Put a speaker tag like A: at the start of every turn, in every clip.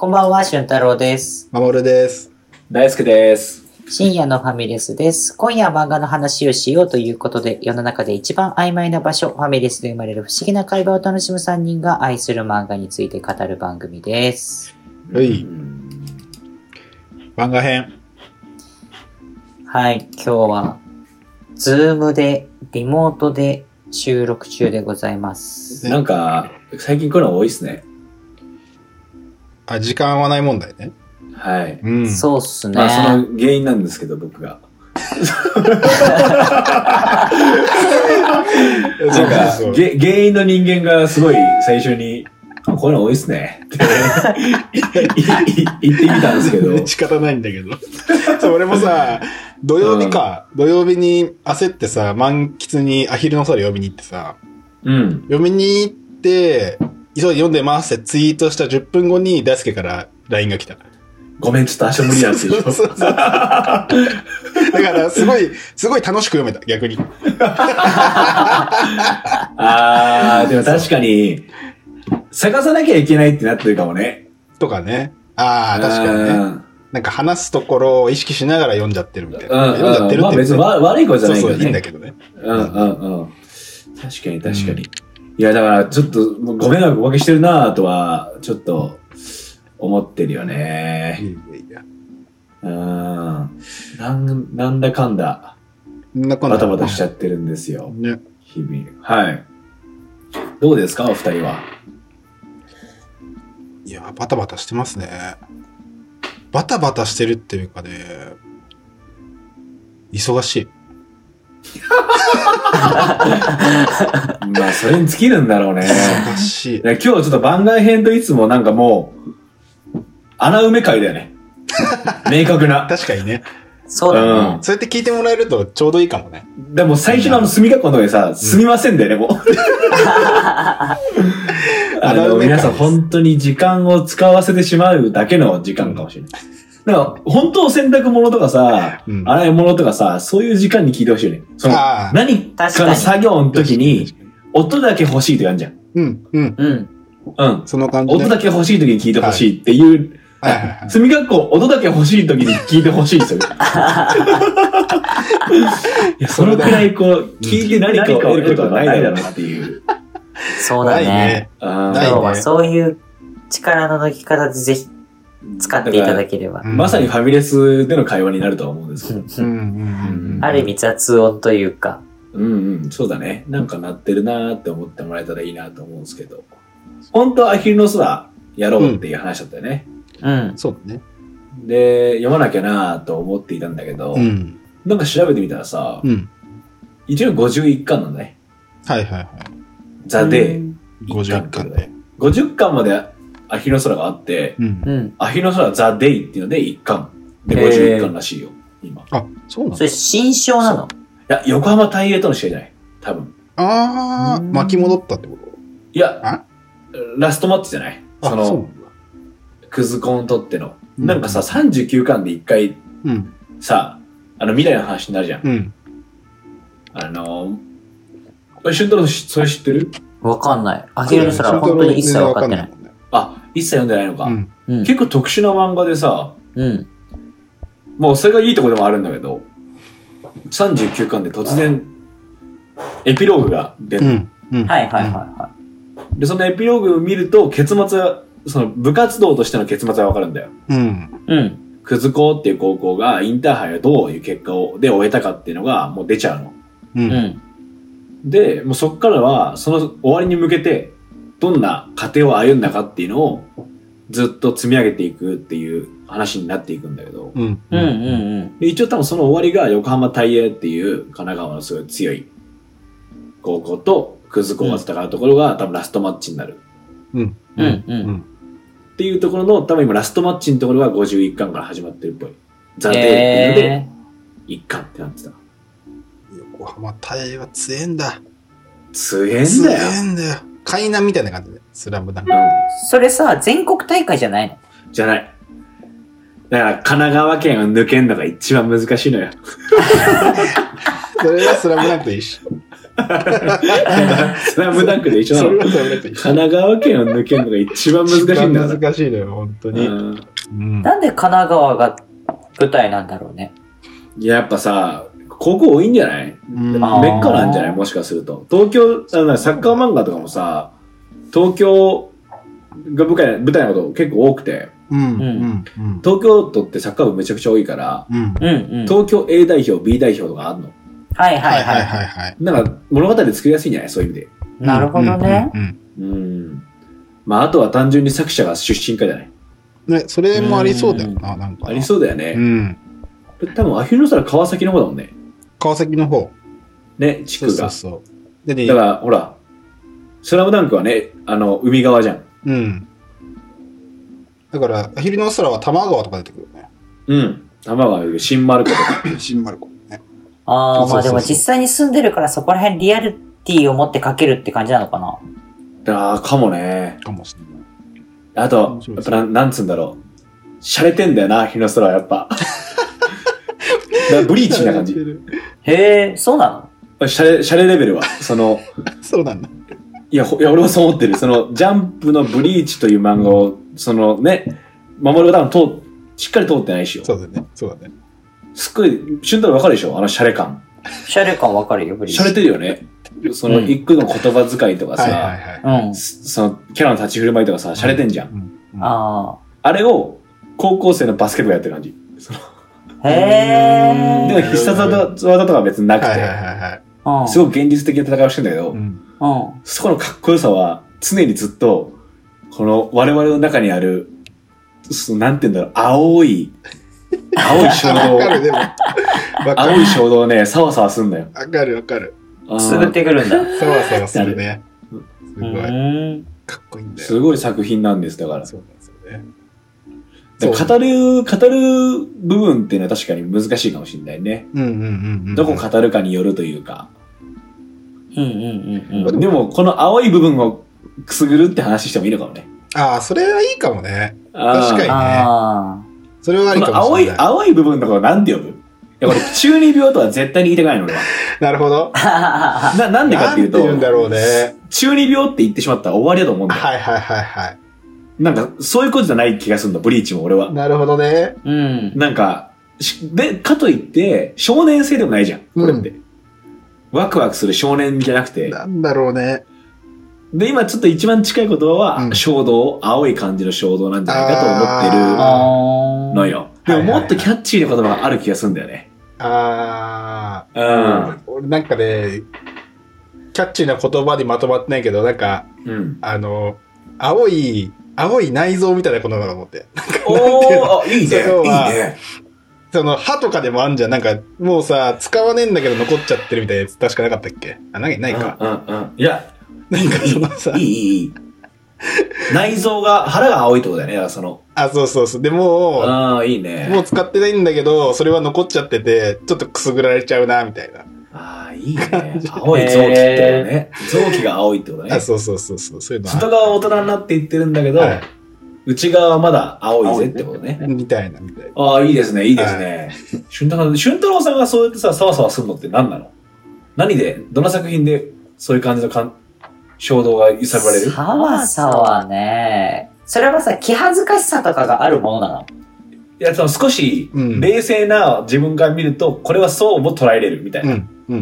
A: こんばんは、俊太郎です。
B: まもるです。
C: 大輔です。
A: 深夜のファミレスです。今夜は漫画の話をしようということで、世の中で一番曖昧な場所、ファミレスで生まれる不思議な会話を楽しむ3人が愛する漫画について語る番組です。
B: はい。漫画編。
A: はい、今日は、ズームで、リモートで収録中でございます。
C: なんか、最近こういうの多いっすね。
B: あ、時間合わない問題ね。
C: はい。
A: うん、そうっすね。
C: まあその原因なんですけど、僕が。なんか原因の人間がすごい最初に、こういうの多いっすねって言ってみたんですけど。
B: 仕方ないんだけど。そう、俺もさ、土曜日に焦ってさ、満喫にアヒルの空呼びに行ってさ、読みに行って、急いで読んでますってツイートした10分後に大輔から LINE が来た。
C: ごめん、ちょっと足無理なんですよ。
B: だからすごい楽しく読めた、逆に。
C: でも確かに、探さなきゃいけないってなってるかもね。
B: とかね。確かにね。なんか話すところを意識しながら読んじゃってるみたいな。読んじゃってるって、まあ
C: 別に悪いことじゃないけどね。
B: そう、いいんだけどね。
C: 確かに。いや、だから、ちょっと、ご迷惑おかけしてるなぁとは、ちょっと、思ってるよね。なんだかんだ、バタバタしちゃってるんですよ。
B: ね。
C: 日々。はい。どうですか、お二人は。
B: いや、バタバタしてますね。バタバタしてるっていうかね、忙しい。
C: まあ、それに尽きるんだろうね。
B: 忙しい。
C: 今日ちょっと番外編といつもなんかもう、穴埋め会だよね。明確な。
B: 確かにね。
A: そうだね。
B: そうやって聞いてもらえるとちょうどいいかもね。
C: でも最初の墨学校のとこでさ、すみませんだよね、もう。皆さん本当に時間を使わせてしまうだけの時間かもしれない。だから、本当洗濯物とかさ、洗い物とかさ、そういう時間に聞いてほしいよね。その、何かの作業の時に、音だけ欲しいとやんじゃん。その感じ。音だけ欲しい時に聞いてほしいっていう、墨学校、音だけ欲しい時に聞いてほしいんですよ。いや、そのくらいこう、聞いて何かを得ることはないだろうなっていう。
A: そうだね。今日はそういう力の抜き方でぜひ使っていただければ。
C: まさにファミレスでの会話になるとは思うんですけど。
A: ある意味雑音というか。
C: そうだね。なんか鳴ってるなーって思ってもらえたらいいなと思うんですけど。本当はアヒルの空やろうっていう話だったよね。
B: そうだね。
C: で、読まなきゃなーと思っていたんだけど、なんか調べてみたらさ、一応51巻なんだね。
B: はいはいはい。
C: ザ・デイ。
B: 51巻で。
C: 50巻までアヒルの空があって、アヒルの空ザ・デイっていうので1巻。で、51巻らしいよ、今。
B: あ、そうなの？
A: それ新章なの？
C: いや、横浜大英との試合じゃない。多分。
B: 巻き戻ったってこと？
C: いや、ラストマッチじゃない。その、クズコンとっての。なんかさ、39巻で1回、さ、未来の話になるじゃん。俊太郎それ知ってる？
A: わかんない。アヒルの空は本当に一切わかってない。
C: 一切読んでないのか。結構特殊な漫画でさ、もうそれがいいとこでもあるんだけど、39巻で突然、エピローグが出る。で、そのエピローグを見ると、結末は、その部活動としての結末はわかるんだよ。くず高っていう高校がインターハイをどういう結果で終えたかっていうのがもう出ちゃうの。で、もうそっからは、その終わりに向けて、どんな過程を歩んだかっていうのを、ずっと積み上げていくっていう話になっていくんだけど。で、一応多分その終わりが横浜大英っていう神奈川のすごい強い高校とくず高が戦うところが多分ラストマッチになる。っていうところの、多分今ラストマッチのところが51巻から始まってるっぽい。ザ・デイっていうので、1巻ってなってた。
B: 横浜大英は強えんだ。
C: 強えんだよ。
B: 海南みたいな感じで、スラムダンク。
A: それさ、全国大会じゃないの？
C: じゃない。だから、神奈川県を抜けんのが一番難しいのよ。
B: それはスラムダンクで一緒。
C: スラムダンクで一緒なの。神奈川県を抜けるのが一番難しいんだよ。
B: 難しいのよ、本当に。
A: なんで神奈川が舞台なんだろうね。
C: やっぱさ、高校多いんじゃない？メッカなんじゃない？もしかすると。東京、サッカー漫画とかもさ、東京が舞台のこと結構多くて、東京都ってサッカー部めちゃくちゃ多いから、東京 A 代表、B 代表とかあるの。
A: はいはいはい。
C: なんか物語で作りやすいんじゃない？そういう意味で。
A: なるほどね。
C: まああとは単純に作者が出身かじゃない？
B: ね、それもありそうだよな、なんか。
C: ありそうだよね。多分、アヒルの空川崎の方だもんね。
B: 川崎の方。
C: ね、地区が。
B: そう。
C: だから、ほら、スラムダンクはね、海側じゃん。
B: だから、アヒルの空は多摩川とか出てくるね。
C: 多摩川より新丸子とか。
B: 新丸子ね。
A: まあでも実際に住んでるからそこら辺リアリティを持って書けるって感じなのかな。
C: かもね。
B: かもしれない。
C: あと、やっぱなんつうんだろう。洒落てんだよな、日の空はやっぱ。ブリーチみたいな感じ。
A: へえ、そうな
C: の？シャレレベルは。
B: そうなんだ。
C: いや、俺はそう思ってる。ジャンプのブリーチという漫画を、守るが多分しっかり通ってないしよ。
B: そうだね。
C: すっごい、俊太郎わかるでしょ？シャレ感。
A: シャレ感わかるよ、ブリーチ。
C: シャレてるよね。一句の言葉遣いとかさ、キャラの立ち振る舞いとかさ、シャレてんじゃん。あれを、高校生のバスケ部がやってる感じ。
A: へー。
C: でも必殺技とかは別になくて、すごく現実的な戦いをしてんだけど、そこのかっこよさは常にずっと、この我々の中にある、なんて言うんだろう、青い衝動。青い衝動をね、サワサワすんだよ。
B: わかる。
A: すぐってくるんだ。
B: サワサワするね。すごい。かっこいいんだよ。
C: すごい作品なんです、だから。
B: そうなんですよね。
C: 語る部分っていうのは確かに難しいかもしれないね。どこ語るかによるというか。でも、この青い部分をくすぐるって話してもいいのかもね。
B: それはいいかもね。確かにね。それはありかもしれない。
C: 青い部分のことなんて呼ぶ？いや、これ、中二病とは絶対に言いたくないの、俺は。
B: なるほど。
C: なんでかっていうと、
B: なんて言うんだろうね。
C: 中二病って言ってしまったら終わりだと思うんだよ。
B: はい。
C: なんか、そういうことじゃない気がするんだ、ブリーチも俺は。
B: なるほどね。
C: なんか、かといって、少年性でもないじゃん、これって。ワクワクする少年じゃなくて。
B: なんだろうね。
C: で、今ちょっと一番近い言葉は、衝動、青い感じの衝動なんじゃないかと思ってるのよ。でももっとキャッチーな言葉がある気がするんだよね。
B: 俺なんかね、キャッチーな言葉にまとまってないけど、なんか、青い内臓みたいな言葉が思って。
C: いいね。
B: 歯とかでもあんじゃん。なんか、もうさ、使わねえんだけど残っちゃってるみたいなやつ確かなかったっけ？ないか。
C: いや、
B: なんかさ。
C: いい。内臓が、腹が青いってことだよね、そう。
B: でも、
C: いいね。
B: もう使ってないんだけど、それは残っちゃってて、ちょっとくすぐられちゃうな、みたいな。
C: いいね。青い臓器ってね。臓器が青いってことね。
B: そう。そういうの。
C: 外側は大人になっていってるんだけど、内側はまだ青いぜってことね。
B: みたいな。
C: いいですね。俊太郎さんがそうやってさ、サワサワするのって何なの？どの作品でそういう感じの衝動が揺さぶられる？
A: サワサワね。それはさ、気恥ずかしさとかがあるものなの？
C: いや、少し、冷静な自分から見ると、これはそうも捉えれるみたいな。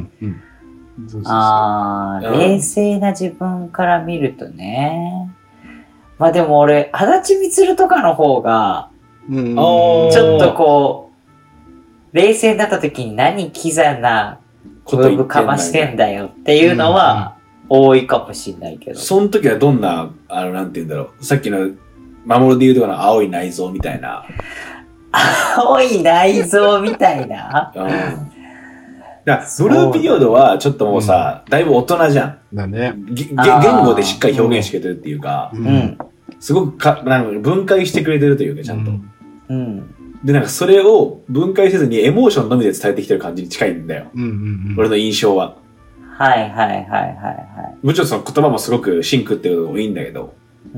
A: 冷静な自分から見るとね。まあでも俺、足立みつるとかの方が、ちょっとこう、冷静になった時に何キザなことぶかましてんだよっていうのは多いかもしれないけど。
C: その時はどんな、なんて言うんだろう。さっきの、守で言うとこの青い内臓みたいな。
A: 青い内臓みたいな
C: ブルーピリオドはちょっともうさ、だいぶ大人じゃん。
B: だね。
C: 言語でしっかり表現してくれてるっていうか、すごくなんか分解してくれてるというか、ちゃんと。で、なんかそれを分解せずにエモーションのみで伝えてきてる感じに近いんだよ。俺の印象は。
A: はい。
C: もちろんその言葉もすごくシンクっていうのもいいんだけど。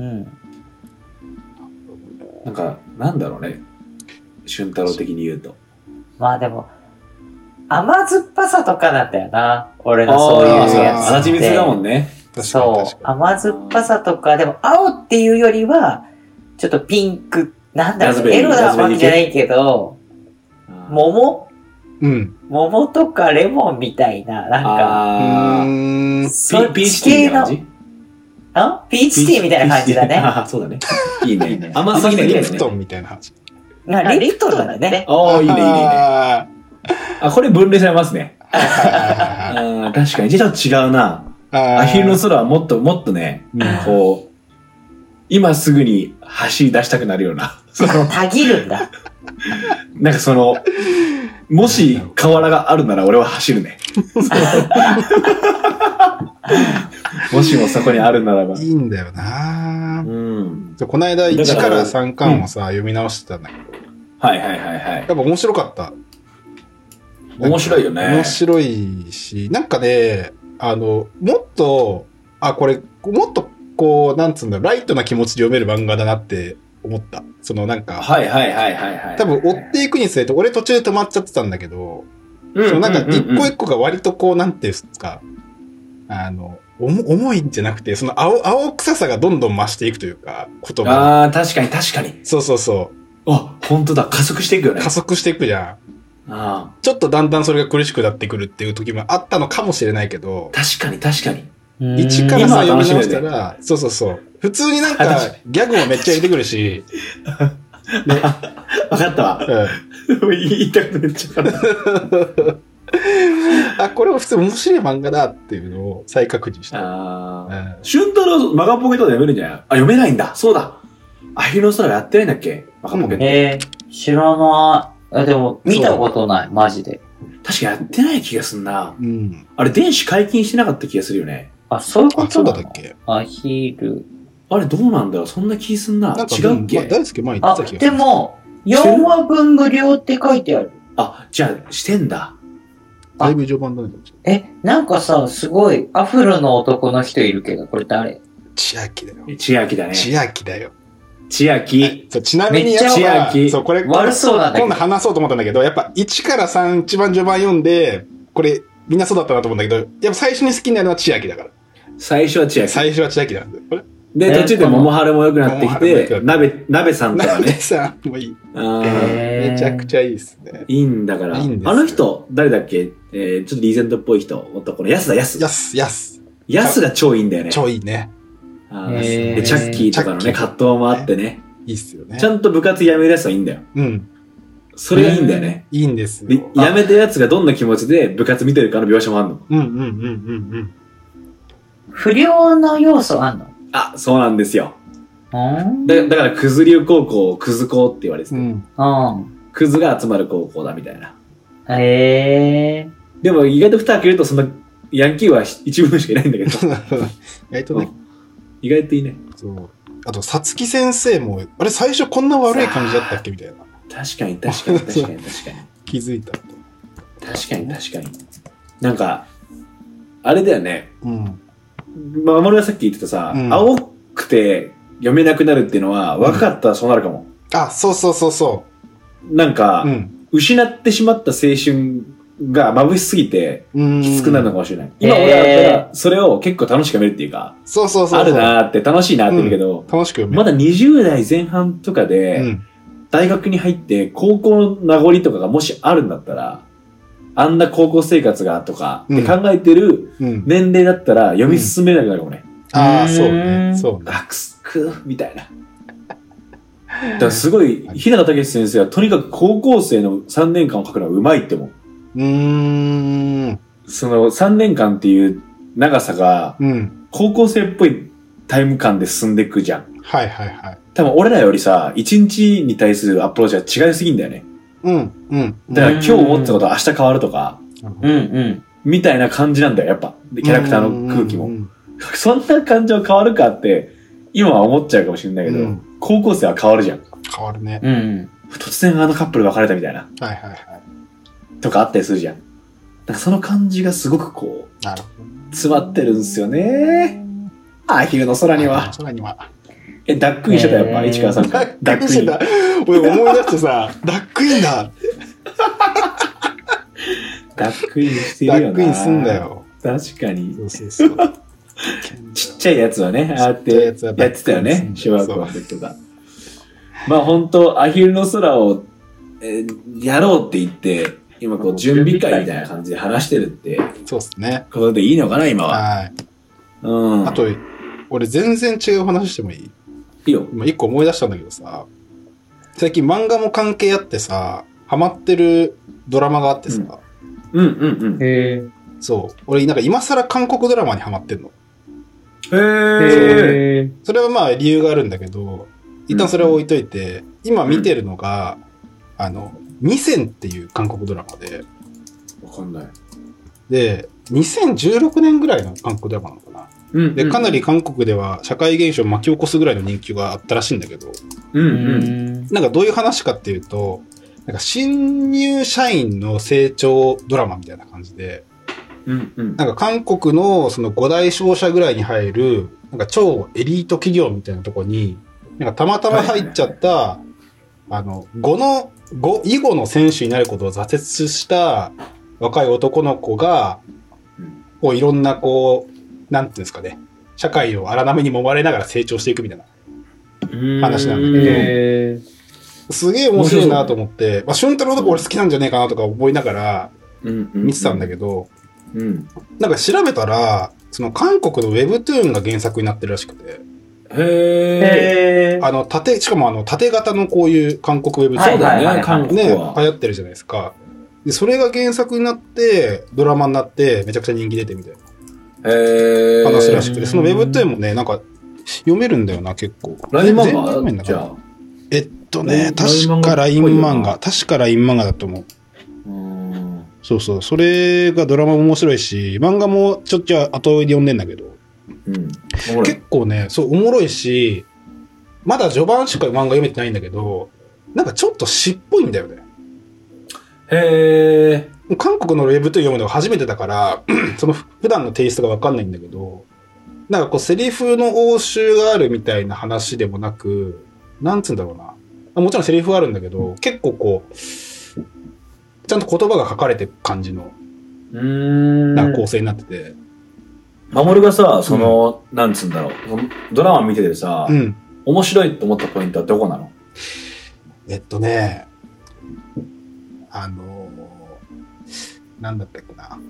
C: なんか、なんだろうね。俊太郎的に言うと。
A: まあでも、 甘酸っぱさとかなんだよな。俺のそういうやつって。
C: 足立みつだもんね。
A: そう。甘酸っぱさとか、でも青っていうよりは、ちょっとピンク、なんだろう、エロなわけじゃないけど、桃とかレモンみたいな、なんか、
C: ピーチティーみたいな感じ？
A: ピーチティーみたいな感じだね。
C: そうだね。いいね。甘すぎないね。
B: リプトンみたいな感じ。
A: リプトンだね。
C: いいね。これ分類されますね。確かに。ちょっと違うな。アヒルの空はもっとね、こう、今すぐに走り出したくなるような。
A: たぎるんだ。
C: なんかもし河原があるなら俺は走るね。もしもそこにあるならば。
B: いいんだよなこの間1から3巻をさ、読み直してたんだけど。
C: はい。
B: やっぱ面白かった。
C: 面白いよね。
B: 面白いし、なんかね、もっと、これ、もっとこう、なんつうんだろう、ライトな気持ちで読める漫画だなって思った。なんか、多分追っていくにつれて、俺途中で止まっちゃってたんだけど、なんか一個一個が割とこう、なんていうんですか、重いんじゃなくて、青臭さがどんどん増していくというか、言葉。
C: 確かに。
B: そう。
C: 本当だ。加速していくよね。
B: 加速していくじゃん。ちょっとだんだんそれが苦しくなってくるっていう時もあったのかもしれないけど。
C: 確かに。
B: 1から3読み直したら、そう。普通になんか、ギャグもめっちゃ入れてくるし。
C: ね。わかったわ。言いたくなっちゃった。
B: これも普通面白い漫画だっていうのを再確認した。
C: 春太郎マガポケットで読めるんじゃない？読めないんだ。そうだ。アヒルの空やってないんだっけ？マガポケット。
A: 知らない。でも、見たことない。マジで。
C: 確かやってない気がすんな。あれ、電子解禁してなかった気がするよね。
A: そういうことなの？
B: そうだっけ？
A: アヒル。
C: あれ、どうなんだろう？そんな気すんな。違うっけ？
B: 大輔前言ってた気がする。
A: でも、4話分無料って書いてある。
C: じゃあ、してんだ。
B: だいぶ序盤だ
A: ね。なんかさ、すごい、アフロの男の人いるけど、これ誰？
B: 千秋だよ。
C: 千秋だね。
B: 千秋だよ。
C: 千秋。
B: ちなみに
A: 千
B: 秋。これ、
A: 悪そうなんだけど。
B: 今度話そうと思ったんだけど、やっぱ1から3一番序盤読んで、これ、みんなそうだったなと思うんだけど、やっぱ最初に好きになるのは千秋だから。
C: 最初は千秋。
B: 最初は千秋なんだよ。これ
C: で、途中で桃春も良くなってきて、鍋さんとかね。
B: 鍋さんもいい。めちゃくちゃいいっすね。
C: いいんだから。あの人、誰だっけ？ちょっとリーゼントっぽい人。男のヤスだ、ヤス。ヤスが超いいんだよね。
B: 超いいね。
C: で、チャッキーとかのね、葛藤もあってね。
B: いいっすよね。
C: ちゃんと部活辞めるやつはいいんだよ。それがいいんだよね。
B: いいんですよ。
C: 辞めたやつがどんな気持ちで部活見てるかの描写もあるの。
A: 不良の要素あんの？
C: そうなんですよ。だから、クズ流高校をクズ校って言われてて。クズが集まる高校だみたいな。でも意外と蓋開けるとそんな、ヤンキーは一部分しかいないんだけど。
B: 意外とね。
C: 意外といいね。
B: そう。あと、さつき先生も、あれ最初こんな悪い感じだったっけみたいな。
C: 確かに。
B: 気づいたと。
C: 確かに。なんか、あれだよね。守がさっき言ってたさ、青くて読めなくなるっていうのは、若かったらそうなるかも。
B: そう。
C: なんか、失ってしまった青春が眩しすぎて、きつくなるのかもしれない。今俺だったら、それを結構楽しく読めるっていうか、あるなーって楽しいなって言うけど、
B: 楽しく読める。
C: まだ20代前半とかで、大学に入って高校の名残とかがもしあるんだったら、あんな高校生活がとかって考えてる年齢だったら読み進めなくなるかもね。
B: そうね。
C: みたいな。だからすごい、日向武先生はとにかく高校生の3年間を書くのはうまいって思う。その3年間っていう長さが、高校生っぽいタイム感で進んでいくじゃん。多分俺らよりさ、1日に対するアプローチは違いすぎんだよね。だから今日思ったことは明日変わるとか、みたいな感じなんだよ、やっぱ。キャラクターの空気も。そんな感情変わるかって、今は思っちゃうかもしれないけど、高校生は変わるじゃん。
B: 変わるね。
C: 突然あのカップル別れたみたいな。とかあったりするじゃん。だからその感じがすごくこう、詰まってるんですよね。アヒルの空には。ダックインしてたやっぱ、市川さん。
B: ダックインしてた。俺思い出してさ、ダックインだ。
C: ダックインしてるよな。
B: ダックインすんだよ。
C: 確かに。
B: そうそうそう。
C: ちっちゃいやつはね、ああやってやってたよね。小学校の時とか。まあ本当アヒルの空を、やろうって言って、今こう準備会みたいな感じで話してるって。
B: そうっすね。
C: ことでいいのかな、今は。
B: はい。うん。あと、俺全然違う話してもいい？
C: いいよ。
B: 今一個思い出したんだけどさ、最近漫画も関係あってさ、ハマってるドラマがあってさ。
C: うん。
A: へー。
B: そう。俺なんか今更韓国ドラマにハマってんの。
C: へー。
B: それはまあ理由があるんだけど、一旦それを置いといて、今見てるのが、ミセンっていう韓国ドラマで。
C: わかんない。
B: で、2016年ぐらいの韓国ドラマなのかな。で、かなり韓国では社会現象を巻き起こすぐらいの人気があったらしいんだけど、なんかどういう話かっていうと、なんか新入社員の成長ドラマみたいな感じで、なんか韓国のその5大商社ぐらいに入る、なんか超エリート企業みたいなところに、なんかたまたま入っちゃった、囲碁の選手になることを挫折した若い男の子が、こういろんなこう、なんていうんですかね、社会を荒波に揉まれながら成長していくみたいな話なんだけど、すげえ面白いなと思って、まあ、俊太郎とか俺好きなんじゃねえかなとか思いながら見てたんだけど、なんか調べたら、その韓国のウェブトゥーンが原作になってるらしくて、
C: へ
B: ー。しかも縦型のこういう韓国ウェブトゥーンがね、流行ってるじゃないですか。で、それが原作になって、ドラマになって、めちゃくちゃ人気出てみたいな話らしくて、そのウェブトゥーンもね、なんか読めるんだよな、結構。
C: ライン漫画じゃあ。
B: 確か LINE 漫画。確か LINE 漫画だと思う。そうそう。それがドラマも面白いし、漫画もちょっと後追いで読んでんだけど、結構ね、そう、おもろいし、まだ序盤しか漫画読めてないんだけど、なんかちょっと詩っぽいんだよね。
C: へー。
B: 韓国のウェブと読むのが初めてだから、その普段のテイストがわかんないんだけど、なんかこうセリフの応酬があるみたいな話でもなく、なんつうんだろうな。もちろんセリフはあるんだけど、結構こう、ちゃんと言葉が書かれてる感じの、なんか構成になってて。
C: 守がさ、なんつうんだろう、ドラマ見ててさ、面白いと思ったポイントはどこなの？
B: なんだったっけな。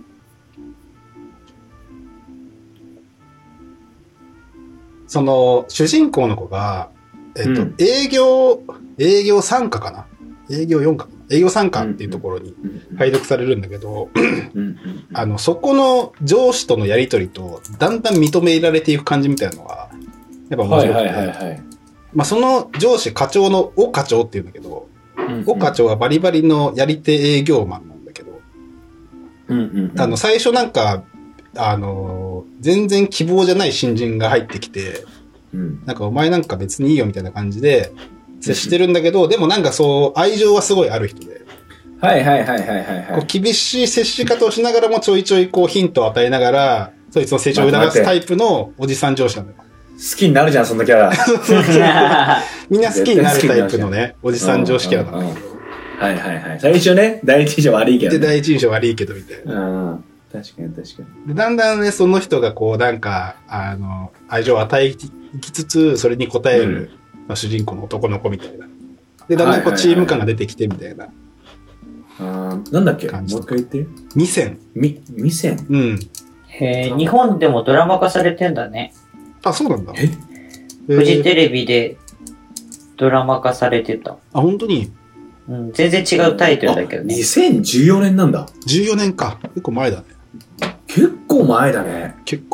B: その、主人公の子が、営業3課かな？営業4課かな？営業3課っていうところに配属されるんだけど、そこの上司とのやりとりと、だんだん認められていく感じみたいなのが、やっぱ面白くて。まあ、その上司、課長のオ課長っていうんだけど、オ課長はバリバリのやり手営業マンなんだけど、最初なんか、全然希望じゃない新人が入ってきて、なんかお前なんか別にいいよみたいな感じで接してるんだけど、でもなんかそう愛情はすごいある人で、こう厳しい接し方をしながらもちょいちょいこうヒントを与えながら、そいつの成長を促すタイプのおじさん上司なんだよ。
C: 好きになるじゃん、そんなキャラ。
B: みんな好きになるタイプのね、おじさん上司キャラなんだけど。
C: 最初ね、第一印象悪いけど、ね。
B: で、第一印象悪いけどみたいな。
C: 確かに。
B: で、だんだんね、その人がこう、なんか、愛情を与えきつつ、それに応える、まあ、主人公の男の子みたいな。で、だんだんこう、チーム感が出てきてみたいな。
C: なんだっけ？もう一回言って。
B: ミセン。
C: ミセン？
A: へー、日本でもドラマ化されてんだね。
B: あ、そうなんだ。
A: フジテレビでドラマ化されてた。
B: あ、本当に？
A: 全然違うタイトルだけどね。
C: 2014年なんだ。
B: 14年か。結構前だね。
C: 結構前だね。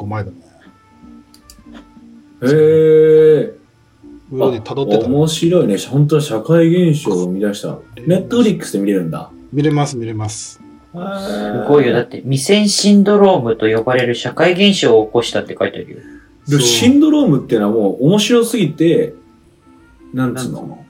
C: へー。
B: 辿ってた。
C: 面白いね。本当に社会現象を生み出した。ネットフリックスで見れるんだ。
B: 見れます。
A: すごいよ。だって、未戦シンドロームと呼ばれる社会現象を起こしたって書いてあるよ。
C: でシンドロームっていうのはもう面白すぎて、なんつうの？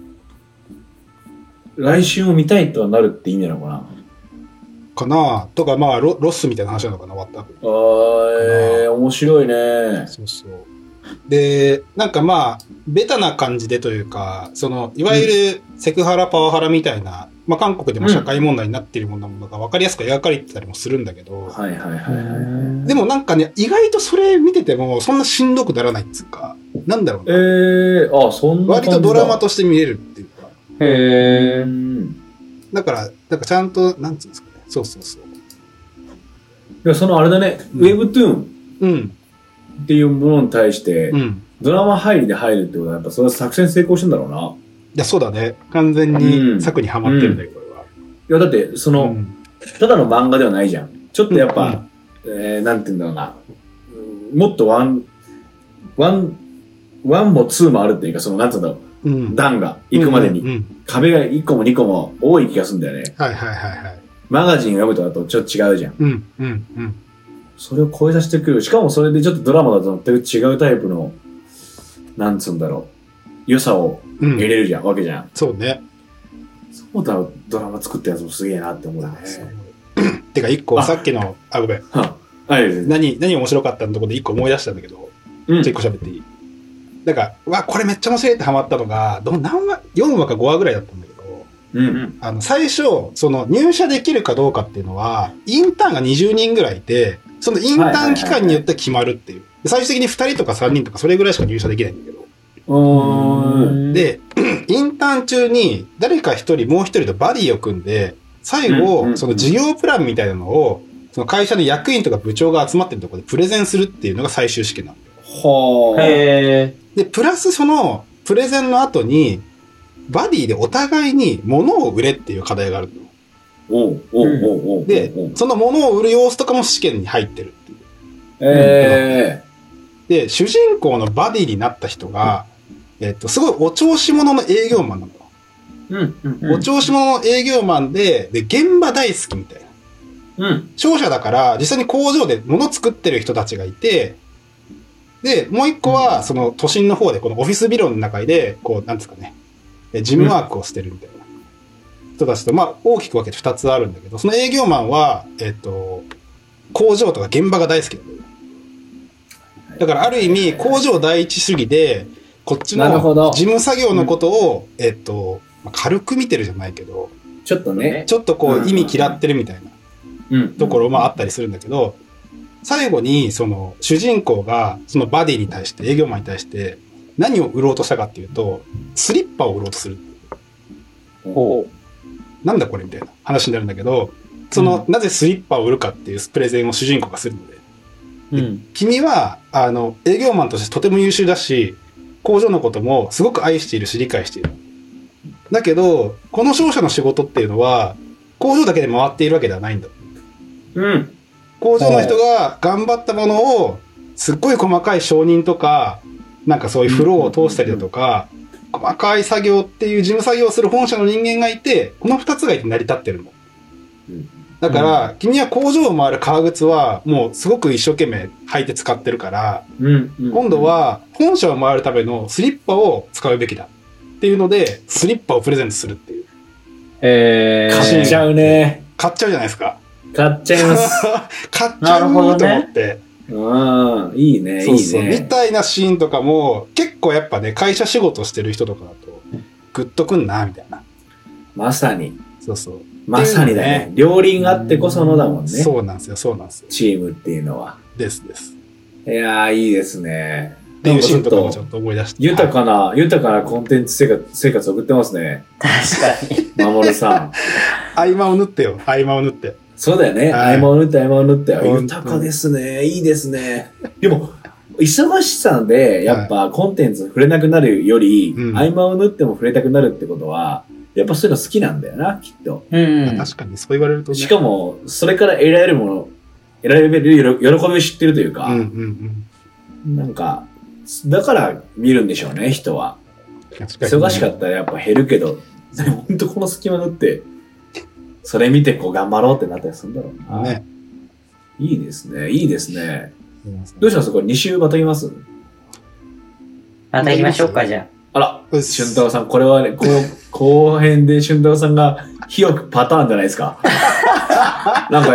C: 来週を見たいとはなるって意味なのかな？
B: かなとか、まあロスみたいな話なのかな、終わった後。
C: 面白いね。
B: そう。 で、なんかまあ、ベタな感じでというか、いわゆるセクハラ、パワハラみたいな、まあ韓国でも社会問題になっているものが分かりやすく描かれてたりもするんだけど、
C: はいはいはいはい。
B: でもなんかね、意外とそれ見てても、そんなしんどくならないっていうか、なんだろう
C: な。そんな
B: 割とドラマとして見れるっていうか。
C: へ
B: だから、ちゃんと、なんつうんですかね。そうそうそう。
C: いや、あれだね、ウェブトゥーンっていうものに対して、ドラマ入りで入るってことは、やっぱそれは作戦成功してんだろうな。い
B: や、そうだね。完全に策にはまってるんだよ、これは。
C: いや、だって、ただの漫画ではないじゃん。ちょっとやっぱ、なんて言うんだろうな。もっとワンもツーもあるっていうか、なんて言うんだろう。段が行くまでに。壁が1個も2個も多い気がするんだよね。
B: はいはいはいはい。
C: マガジン読むとだとちょっと違うじゃん。それを超えさせてくる。しかもそれでちょっとドラマだと全く違うタイプの、なんつうんだろう。良さを得れるわけじゃん。
B: そうね。
C: そうだろ、ドラマ作ったやつもすげえなって思うね。
B: てか一個、さっきの、ごめん。何面白かったのとこで一個思い出したんだけど、一個喋っていい？なんか、これめっちゃ面白いってハマったのが、何話、4話か5話ぐらいだったんだけど、最初、入社できるかどうかっていうのは、インターンが20人ぐらいいて、そのインターン期間によって決まるっていう。最終的に2人とか3人とかそれぐらいしか入社できないんだけど。で、インターン中に誰か一人、もう一人とバディを組んで、最後、その事業プランみたいなのを、その会社の役員とか部長が集まってるところでプレゼンするっていうのが最終試験なんだよ。で、プラスプレゼンの後に、バディでお互いに物を売れっていう課題があるの。で、その物を売る様子とかも試験に入ってるっていう。で、主人公のバディになった人が、すごいお調子者の営業マンなの。お調子者の営業マンで、現場大好きみたいな。商社だから、実際に工場で物作ってる人たちがいて、で、もう一個は、都心の方で、このオフィスビルの中で、なんですかね、事務ワークをしてるみたいな人たちと、まあ、大きく分けて2つあるんだけど、その営業マンは、工場とか現場が大好きなんだよ。だから、ある意味、工場第一主義で、こっちの事務作業のことを、軽く見てるじゃないけど、
C: ちょっとね、
B: ちょっと意味嫌ってるみたいなところもあったりするんだけど、最後に主人公がそのバディに対して営業マンに対して何を売ろうとしたかっていうとスリッパを売ろうとする。なんだこれみたいな話になるんだけど、なぜスリッパを売るかっていうプレゼンを主人公がするので、君は営業マンとしてとても優秀だし工場のこともすごく愛しているし理解している。だけどこの商社の仕事っていうのは工場だけで回っているわけではないんだ。工場の人が頑張ったものをすっごい細かい承認とかなんかそういうフローを通したりだとか、細かい作業っていう事務作業をする本社の人間がいて、この2つがいて成り立ってるの。だから、君は工場を回る革靴はもうすごく一生懸命履いて使ってるから、今度は本社を回るためのスリッパを使うべきだっていうのでスリッパをプレゼントするっていう。
C: 買っちゃうね。
B: 買っちゃうじゃないですか。
C: 買っちゃいます。
B: 買っちゃうと思って。
C: いいね、いいね。
B: みたいなシーンとかも、結構やっぱね、会社仕事してる人とかだと、グッとくんな、みたいな。
C: まさに。
B: そうそう。
C: まさにだね。両輪あってこそのだもんね。
B: そうなんですよ、そうなんですよ。
C: チームっていうのは。
B: です。
C: いやー、いいですね。
B: っていうシーンとかもちょっと思い出して。
C: 豊かなコンテンツ生活を送ってますね。
A: 確かに。
C: 守さん。
B: 合間を縫ってよ、合間を縫って。
C: そうだよね。合間を縫って。豊かですね。いいですね。でも、忙しさで、やっぱコンテンツ触れなくなるより、合間を縫っても触れたくなるってことは、やっぱそういうの好きなんだよな、きっと。
B: 確かに、そう言われるとね。
C: しかも、それから得られる喜びを知ってるというか、なんか、だから見るんでしょうね、人は。忙しかったらやっぱ減るけど、ほんとこの隙間縫って、それ見て頑張ろうってなったりするんだろうな。ね。いいですね。どうしますこれ2週またぎます？
A: またぎましょうか、じゃ
C: あ。あら、俊太郎さん、これはね、後編で俊太郎さんが火を吹くパターンじゃないですか。なんか、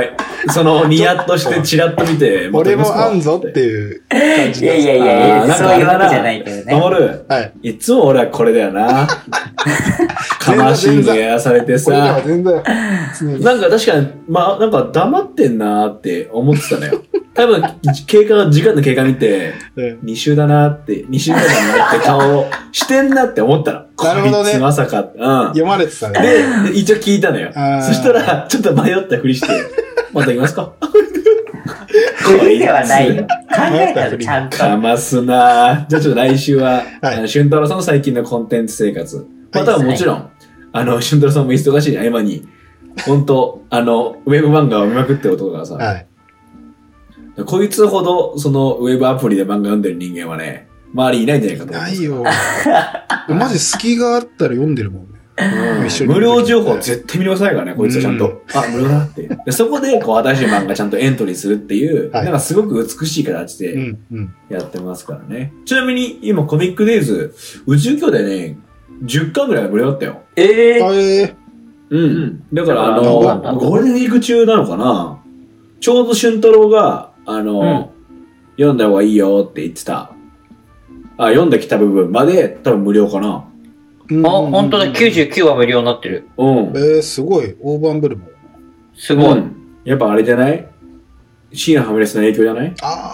C: そのニヤッとしてチラッと見て、
B: 俺もあんぞっていう感じで。
A: いや、そういうわけじゃないけどね。
C: 守る。はい。いつも俺はこれだよな。かましいやらされてさ。なんか確かに、まあなんか黙ってんなーって思ってたのよ。多分、時間の経過見て、2週だなって、2週間だなって顔してんなって思ったの。
B: なるほどね。
C: こいつまさか。うん。
B: 読まれてたね。
C: で、一応聞いたのよ。そしたら、ちょっと迷ったふりして、また行きますか
A: これではないよ。考えたらちゃんと。
C: かますなじゃあちょっと来週は、俊太郎さんの最近のコンテンツ生活。まあ多分もちろん、俊太郎さんも忙しい合間に、本当ウェブ漫画を見まくってる男だからさ。はい。こいつほど、その、ウェブアプリで漫画読んでる人間はね、周りいないんじゃないかと思う。
B: ないよ。マジ隙があったら読んでるもんね。
C: 無料情報絶対見逃さないからね、こいつはちゃんと。無料だって。でそこで、新しい漫画ちゃんとエントリーするっていう、なんかすごく美しい形でやってますからね。ちなみに、今コミックデイズ、宇宙兄弟ね、10巻ぐらい無料だったよ。うん。だから、ゴールデンウィーク中なのかな、ちょうど俊太郎が、読んだ方がいいよって言ってた。読んできた部分まで多分無料かな。
A: 本当だ、99は無料になってる。
B: すごい。大盤振る舞い。
A: すごい。
C: やっぱあれじゃない？シーナファミレスの影響じゃない？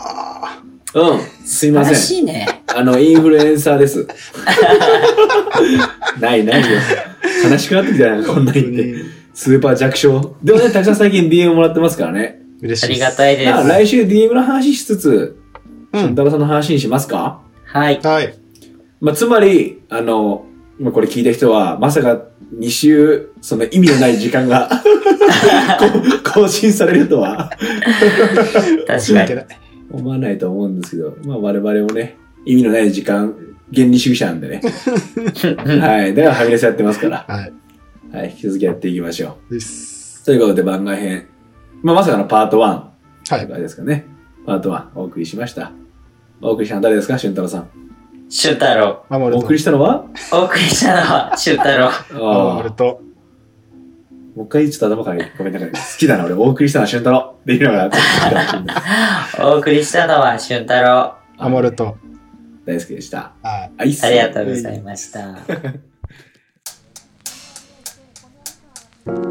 C: すいません。
A: 素晴らしいね。
C: インフルエンサーです。ないよ。悲しくなってきたよ、こんなに言って。スーパー弱小。でもね、たくさん最近 DM もらってますからね。
B: 嬉しい。
A: ありがたいです。
C: 来週 DM の話しつつ、俊太郎さんの話にしますか？
A: はい。
C: つまり、これ聞いた人は、まさか2週、その意味のない時間が更新されるとは
A: 確かに。
C: 思わないと思うんですけど、我々もね、意味のない時間、原理主義者なんでね。はい。だからファミレスやってますから。はい。引き続きやっていきましょう。ということで番外編。まさかのパート1。はい。というですかね。パート1お送りしました。お送りしたのは誰ですか、俊太郎さん。
A: 俊太郎。
C: お送りしたのは
A: 俊太郎。
C: もう一回ちょっと頭からごめんなさい。好きだな、俺。お送りしたのは俊太郎っていうのが好きかもしれない。
A: お送りしたのは俊太郎。
B: 守と。
C: 大好きでした。
A: ありがとうございました。